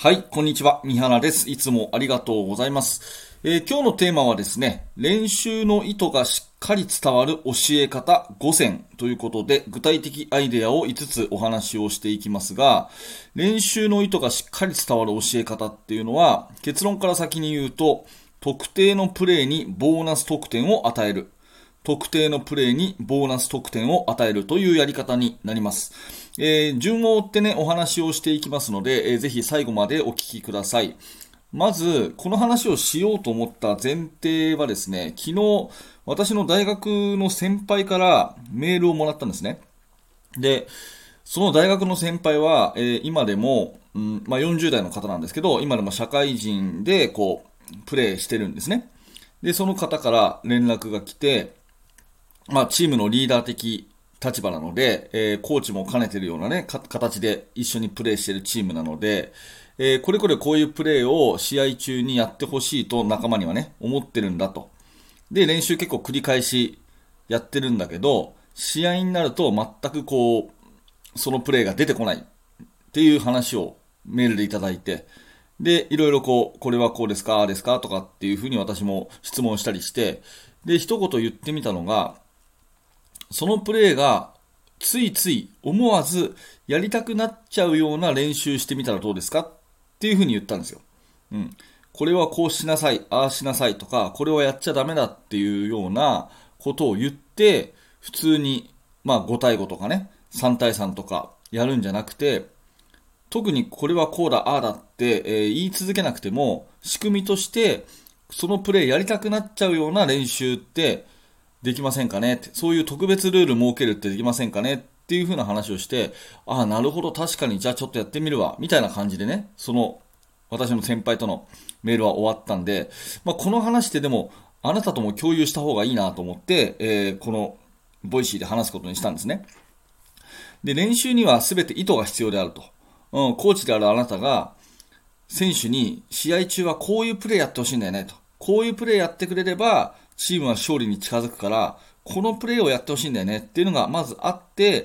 はい、こんにちは。三原です。いつもありがとうございます。今日のテーマはですね、練習の意図がしっかり伝わる教え方5選ということで、具体的アイデアを5つお話をしていきますが、練習の意図がしっかり伝わる教え方っていうのは、結論から先に言うと、特定のプレーにボーナス得点を与える。特定のプレーにボーナス得点を与えるというやり方になります。順を追ってね、お話をしていきますので、ぜひ最後までお聞きください。まず、この話をしようと思った前提はですね、昨日、私の大学の先輩からメールをもらったんですね。で、その大学の先輩は、今でも、40代の方なんですけど、今でも社会人で、プレーしてるんですね。で、その方から連絡が来て、チームのリーダー的立場なので、コーチも兼ねてるようなね、形で一緒にプレーしてるチームなので、これこういうプレーを試合中にやってほしいと仲間にはね、思ってるんだと。で、練習結構繰り返しやってるんだけど、試合になると全くそのプレーが出てこないっていう話をメールでいただいて、で、いろいろこれはこうですか、ああですかとかっていうふうに私も質問したりして、で、一言言ってみたのが、そのプレーがついつい思わずやりたくなっちゃうような練習してみたらどうですかっていうふうに言ったんですよ。これはこうしなさい、ああしなさいとか、これはやっちゃダメだっていうようなことを言って、普通に、5対5とかね、3対3とかやるんじゃなくて、特にこれはこうだ、ああだって、言い続けなくても、仕組みとして、そのプレーやりたくなっちゃうような練習ってできませんかねって、そういう特別ルール設けるってできませんかねっていう風な話をして、ああ、なるほど、確かに、じゃあちょっとやってみるわ、みたいな感じでね、私の先輩とのメールは終わったんで、この話ってでも、あなたとも共有した方がいいなと思って、この、ボイシーで話すことにしたんですね。で、練習には全て意図が必要であると。コーチであるあなたが、選手に試合中はこういうプレーやってほしいんだよねと。こういうプレーやってくれれば、チームは勝利に近づくから、このプレーをやってほしいんだよねっていうのがまずあって、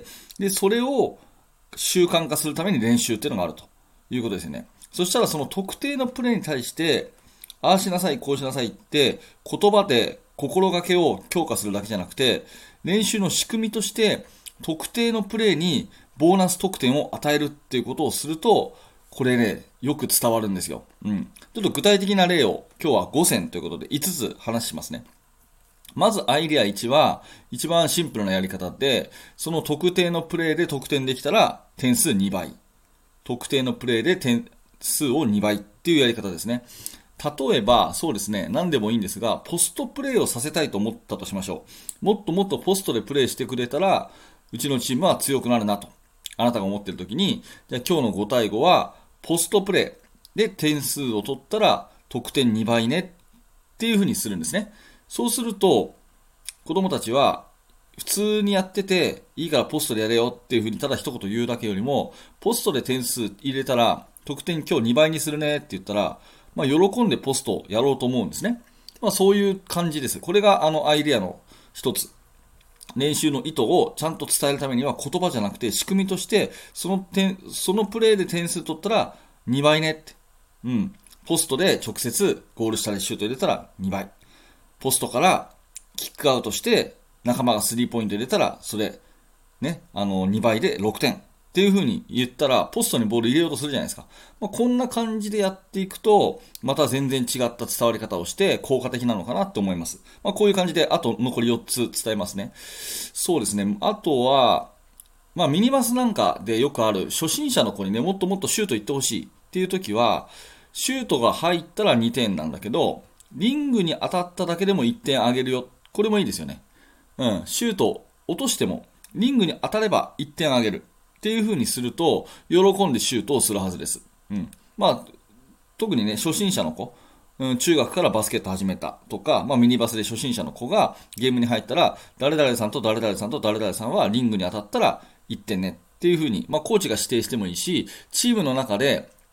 で、それを習慣化するために練習っていうのがあるということですよね。そしたらその特定のプレーに対して、ああしなさい、こうしなさいって言葉で心がけを強化するだけじゃなくて、練習の仕組みとして特定のプレーにボーナス得点を与えるっていうことをすると、これね、よく伝わるんですよ。ちょっと具体的な例を今日は5選ということで5つ話しますね。まずアイデア1は一番シンプルなやり方で、その特定のプレーで得点できたら点数2倍。特定のプレーで点数を2倍っていうやり方ですね。例えば、そうですね、何でもいいんですが、ポストプレーをさせたいと思ったとしましょう。もっともっとポストでプレーしてくれたら、うちのチームは強くなるなと。あなたが思っているときに、じゃあ今日の5対5は、ポストプレーで点数を取ったら、得点2倍ねっていう風にするんですね。そうすると、子供たちは、普通にやってて、いいからポストでやれよっていう風にただ一言言うだけよりも、ポストで点数入れたら、得点今日2倍にするねって言ったら、喜んでポストをやろうと思うんですね。そういう感じです。これがアイデアの一つ。練習の意図をちゃんと伝えるためには言葉じゃなくて仕組みとしてそのプレーで点数取ったら2倍ねって。ポストで直接ゴール下でシュート入れたら2倍。ポストからキックアウトして仲間がスリーポイント入れたらそれね、2倍で6点。っていう風に言ったら、ポストにボール入れようとするじゃないですか。こんな感じでやっていくと、また全然違った伝わり方をして効果的なのかなと思います。こういう感じで、あと残り4つ伝えますね。そうですね。あとは、ミニバスなんかでよくある初心者の子にね、もっともっとシュート行ってほしいっていう時は、シュートが入ったら2点なんだけど、リングに当たっただけでも1点あげるよ。これもいいですよね。シュート落としても、リングに当たれば1点あげる。っていう風にすると、喜んでシュートをするはずです。特にね、初心者の子、中学からバスケット始めたとか、ミニバスで初心者の子がゲームに入ったら、誰々さんと誰々さんと誰々さんはリングに当たったら1点ねっていう風に、コーチが指定してもいいし、チームの中で、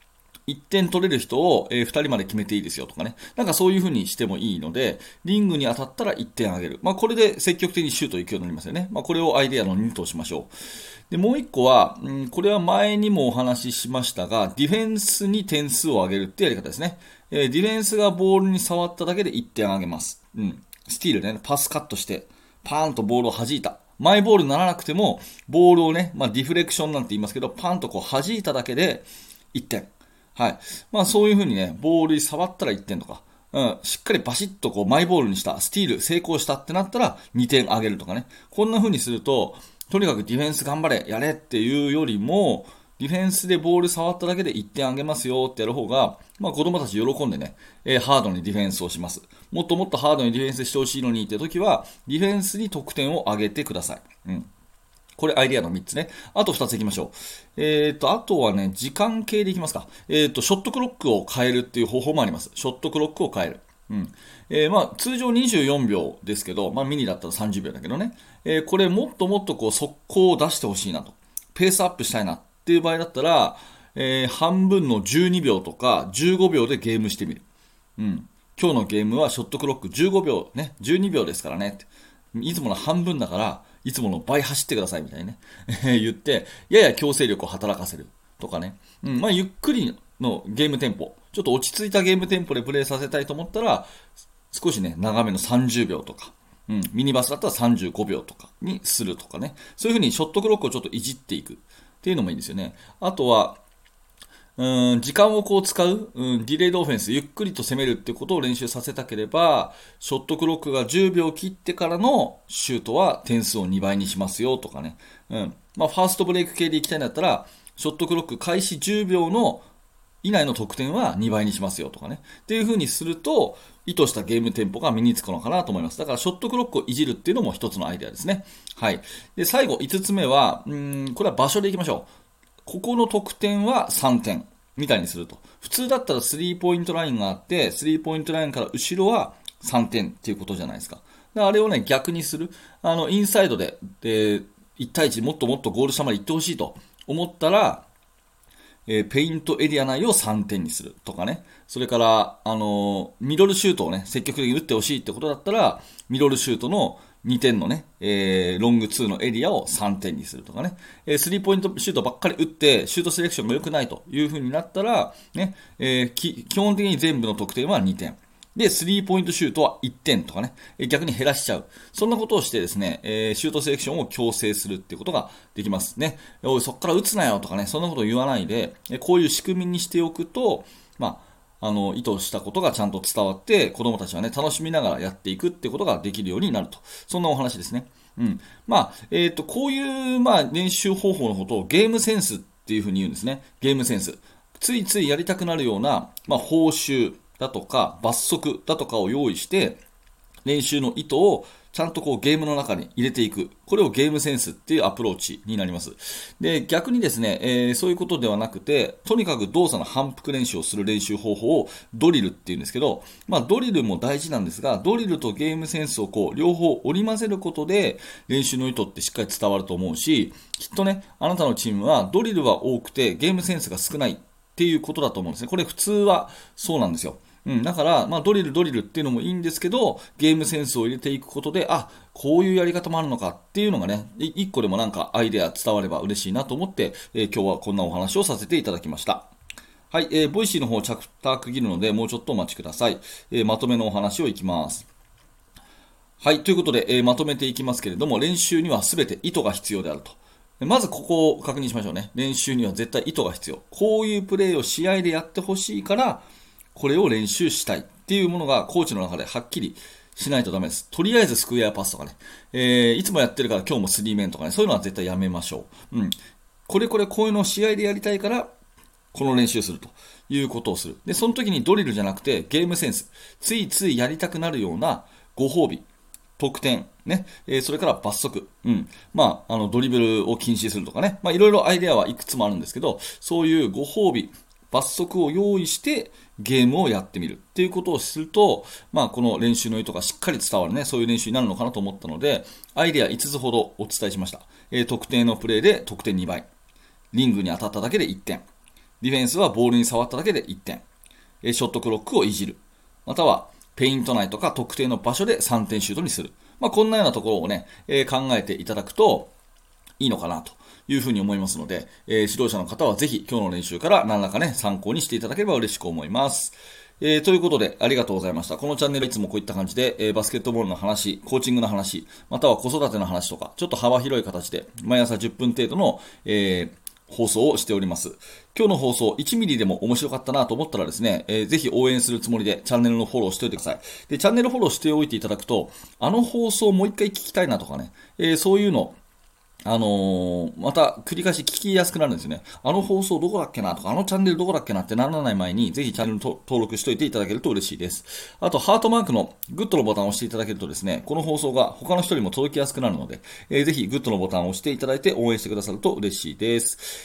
1点取れる人を、2人まで決めていいですよとかね。なんかそういう風にしてもいいので、リングに当たったら1点あげる。これで積極的にシュート行くようになりますよね。これをアイデアの2としましょう。で、もう1個は、これは前にもお話ししましたが、ディフェンスに点数を上げるってやり方ですね。ディフェンスがボールに触っただけで1点あげます。スティールね、パスカットして、パーンとボールを弾いた。マイボールにならなくても、ボールをね、ディフレクションなんて言いますけど、パンとこう弾いただけで1点。はい。そういう風にね、ボールに触ったら1点とか、しっかりバシッとこうマイボールにした、スティール成功したってなったら2点あげるとかね。こんな風にすると、とにかくディフェンス頑張れ、やれっていうよりも、ディフェンスでボール触っただけで1点あげますよってやる方が、子供たち喜んでね、ハードにディフェンスをします。もっともっとハードにディフェンスしてほしいのにって時は、ディフェンスに得点を上げてください。これアイデアの3つね。あと2ついきましょう。あとはね、時間系でいきますか。ショットクロックを変えるっていう方法もあります。ショットクロックを変える。通常24秒ですけど、ミニだったら30秒だけどね。これもっともっとこう速攻を出してほしいなと。ペースアップしたいなっていう場合だったら、半分の12秒とか15秒でゲームしてみる。今日のゲームはショットクロック15秒ね、12秒ですからね。いつもの半分だから、いつもの倍走ってくださいみたいにね言って、やや強制力を働かせるとかね。ゆっくりのゲームテンポ、ちょっと落ち着いたゲームテンポでプレイさせたいと思ったら、少しね、長めの30秒とか、ミニバスだったら35秒とかにするとかね。そういう風にショットクロックをちょっといじっていくっていうのもいいんですよね。あとは、時間をこう使う、ディレイドオフェンス、ゆっくりと攻めるってことを練習させたければ、ショットクロックが10秒切ってからのシュートは点数を2倍にしますよとかね。ファーストブレイク系でいきたいんだったら、ショットクロック開始10秒の以内の得点は2倍にしますよとかね。っていう風にすると、意図したゲームテンポが身につくのかなと思います。だからショットクロックをいじるっていうのも一つのアイデアですね。はい。で、最後5つ目は、これは場所でいきましょう。ここの得点は3点みたいにすると。普通だったらスリーポイントラインがあって、スリーポイントラインから後ろは3点っていうことじゃないですか。だからあれをね、逆にする。インサイドで、1対1もっともっとゴール下まで行ってほしいと思ったら、ペイントエリア内を3点にするとかね。それから、ミドルシュートをね、積極的に打ってほしいってことだったら、ミドルシュートの2点のね、ロング2のエリアを3点にするとかね。スリーポイントシュートばっかり打って、シュートセレクションが良くないという風になったら、ね、基本的に全部の得点は2点。で、スリーポイントシュートは1点とかね、逆に減らしちゃう。そんなことをしてですね、シュートセレクションを強制するっていうことができますね。おい、そっから打つなよとかね、そんなことを言わないで、こういう仕組みにしておくと、意図したことがちゃんと伝わって、子供たちはね、楽しみながらやっていくってことができるようになると。そんなお話ですね。こういう、練習方法のことをゲームセンスっていうふうに言うんですね。ゲームセンス。ついついやりたくなるような、報酬だとか、罰則だとかを用意して、練習の意図をちゃんとこうゲームの中に入れていく。これをゲームセンスっていうアプローチになります。で、逆にですね、そういうことではなくて、とにかく動作の反復練習をする練習方法をドリルっていうんですけど、ドリルも大事なんですが、ドリルとゲームセンスをこう両方織り交ぜることで、練習の意図ってしっかり伝わると思うし、きっとね、あなたのチームはドリルは多くてゲームセンスが少ないっていうことだと思うんですね。これ普通はそうなんですよ。だから、ドリルっていうのもいいんですけど、ゲームセンスを入れていくことで、こういうやり方もあるのかっていうのがね、一個でもなんかアイデア伝われば嬉しいなと思って、今日はこんなお話をさせていただきました。はい、ボイシーの方チャプター区切るので、もうちょっとお待ちください。まとめのお話をいきます。はい、ということで、まとめていきますけれども、練習には全て意図が必要であると。まずここを確認しましょうね。練習には絶対意図が必要。こういうプレーを試合でやってほしいから、これを練習したいっていうものがコーチの中ではっきりしないとダメです。とりあえずスクエアパスとかね、いつもやってるから今日もスリーメンとかね、そういうのは絶対やめましょう。こういうのを試合でやりたいから、この練習するということをする。で、その時にドリルじゃなくてゲームセンス。ついついやりたくなるようなご褒美。得点、ね、それから罰則、ドリブルを禁止するとかね、いろいろアイデアはいくつもあるんですけど、そういうご褒美、罰則を用意してゲームをやってみるっていうことをすると、この練習の意図がしっかり伝わるね、そういう練習になるのかなと思ったので、アイデア5つほどお伝えしました。特定のプレーで得点2倍、リングに当たっただけで1点、 ディフェンスはボールに触っただけで1点。ショットクロックをいじる。または、ペイント内とか特定の場所で3点シュートにする。こんなようなところをね、考えていただくといいのかなというふうに思いますので、指導者の方はぜひ今日の練習から何らかね、参考にしていただければ嬉しく思います。ということで、ありがとうございました。このチャンネルいつもこういった感じで、バスケットボールの話、コーチングの話、または子育ての話とか、ちょっと幅広い形で、毎朝10分程度の、放送をしております。今日の放送1ミリでも面白かったなと思ったらですね、ぜひ応援するつもりでチャンネルのフォローしておいてください。で、チャンネルフォローしておいていただくと、あの放送もう一回聞きたいなとかね、そういうの、また繰り返し聞きやすくなるんですよね。あの放送どこだっけなとか、あのチャンネルどこだっけなってならない前に、ぜひチャンネル登録しておいていただけると嬉しいです。あと、ハートマークのグッドのボタンを押していただけるとですね、この放送が他の人にも届きやすくなるので、ぜひグッドのボタンを押していただいて応援してくださると嬉しいです。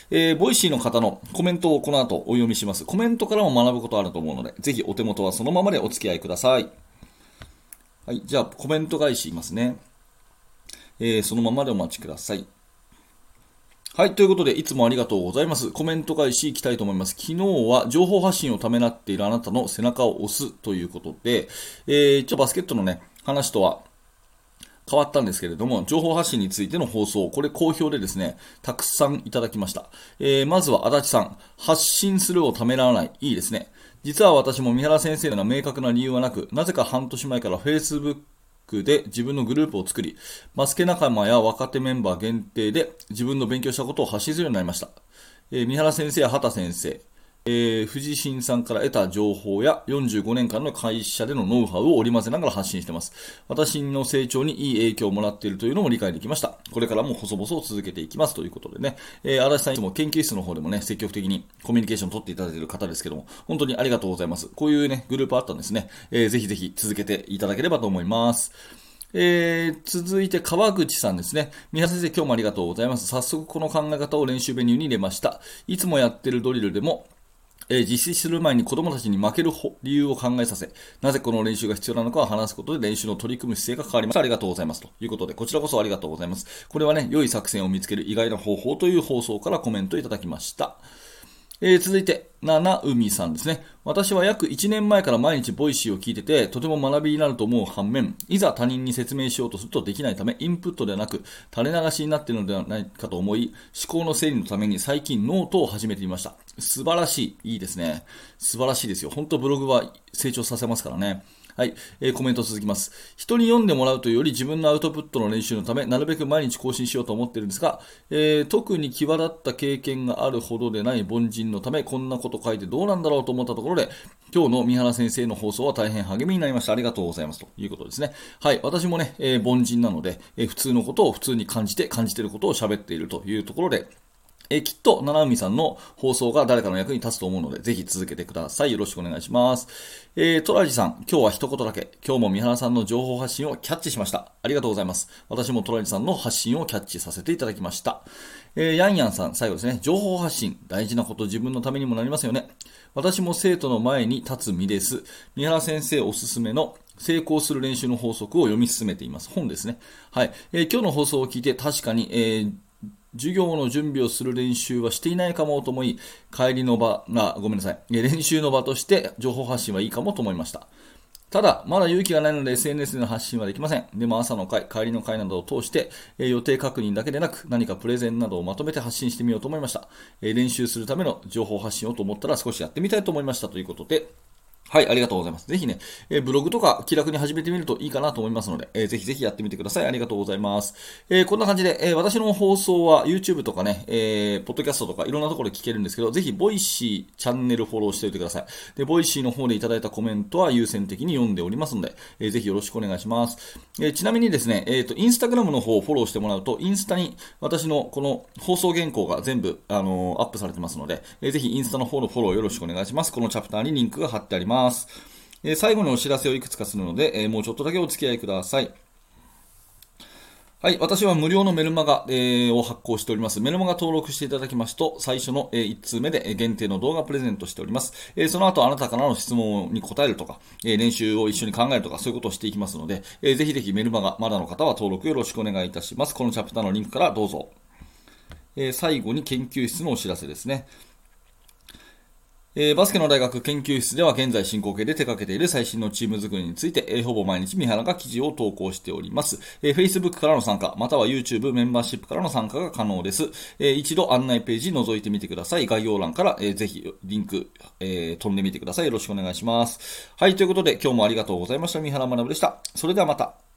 ボイシーの方のコメントをこの後お読みします。コメントからも学ぶことあると思うので、ぜひお手元はそのままでお付き合いください。はい、じゃあコメント返しますね。そのままでお待ちください。はい。ということで、いつもありがとうございます。コメント返しいきたいと思います。昨日は情報発信をためらっているあなたの背中を押すということで、バスケットのね、話とは変わったんですけれども、情報発信についての放送、これ好評でですね、たくさんいただきました。まずは足立さん、発信するをためらわない。いいですね。実は私も三原先生の明確な理由はなく、なぜか半年前から Facebookで自分のグループを作り、バスケ仲間や若手メンバー限定で自分の勉強したことを発信するようになりました。三原先生や畑先生、藤新さんから得た情報や45年間の会社でのノウハウを織り交ぜながら発信しています。私の成長にいい影響をもらっているというのも理解できました。これからも細々を続けていきますということでね、足立さんいつも研究室の方でもね、積極的にコミュニケーションを取っていただいている方ですけども、本当にありがとうございます。こういうね、グループあったんですね。ぜひぜひ続けていただければと思います。続いて川口さんですね。三原先生、今日もありがとうございます。早速この考え方を練習メニューに入れました。いつもやってるドリルでも、実施する前に子供たちに負ける理由を考えさせ、なぜこの練習が必要なのかを話すことで練習の取り組む姿勢が変わりました。ありがとうございます。ということで、こちらこそありがとうございます。これはね、良い作戦を見つける意外な方法という放送からコメントいただきました。続いて、七海さんですね。私は約1年前から毎日ボイシーを聞いてて、とても学びになると思う反面、いざ他人に説明しようとするとできないため、インプットではなく、垂れ流しになっているのではないかと思い、思考の整理のために最近ノートを始めてみました。素晴らしい。いいですね。素晴らしいですよ。本当ブログは成長させますからね。はい、コメント続きます。人に読んでもらうというより自分のアウトプットの練習のため、なるべく毎日更新しようと思っているんですが、特に際立った経験があるほどでない凡人のため、こんなこと書いてどうなんだろうと思ったところで、今日の三原先生の放送は大変励みになりました。ありがとうございます。ということですね。はい、私もね、凡人なので、普通のことを普通に感じていることを喋っているというところで、きっと、七海さんの放送が誰かの役に立つと思うので、ぜひ続けてください。よろしくお願いします。トラジさん、今日は一言だけ。今日も三原さんの情報発信をキャッチしました。ありがとうございます。私もトラジさんの発信をキャッチさせていただきました。ヤンヤンさん、最後ですね。情報発信、大事なこと自分のためにもなりますよね。私も生徒の前に立つ身です。三原先生おすすめの成功する練習の法則を読み進めています。本ですね。はい。今日の放送を聞いて確かに、授業の準備をする練習はしていないかもと思い、帰りの場が、ごめんなさい、練習の場として情報発信はいいかもと思いました。ただ、まだ勇気がないので SNS での発信はできません。でも朝の会、帰りの会などを通して、予定確認だけでなく、何かプレゼンなどをまとめて発信してみようと思いました。練習するための情報発信をと思ったら少しやってみたいと思いましたということで、はい、ありがとうございます。ぜひね、ブログとか気楽に始めてみるといいかなと思いますので、ぜひぜひやってみてください。ありがとうございます。こんな感じで、私の放送は YouTube とかね、ポッドキャストとかいろんなところで聞けるんですけど、ぜひボイシーチャンネルフォローしておいてください。で、ボイシーの方でいただいたコメントは優先的に読んでおりますので、ぜひよろしくお願いします。ちなみにですね、インスタグラムの方をフォローしてもらうと、インスタに私のこの放送原稿が全部、アップされてますので、ぜひインスタの方のフォローよろしくお願いします。このチャプターにリンクが貼ってあります。最後にお知らせをいくつかするので、もうちょっとだけお付き合いください。はい。私は無料のメルマガ、を発行しております。メルマガ登録していただきますと、最初の、1通目で限定の動画プレゼントしております。その後あなたからの質問に答えるとか、練習を一緒に考えるとか、そういうことをしていきますので、ぜひぜひメルマガ、まだの方は登録よろしくお願いいたします。このチャプターのリンクからどうぞ。最後に研究室のお知らせですね。 バスケの大学研究室では現在進行形で手掛けている最新のチーム作りについて、ほぼ毎日三原が記事を投稿しております。Facebook からの参加、または YouTube メンバーシップからの参加が可能です。一度案内ページ覗いてみてください。概要欄から、ぜひリンク、飛んでみてください。よろしくお願いします。はい、ということで今日もありがとうございました。三原学でした。それではまた。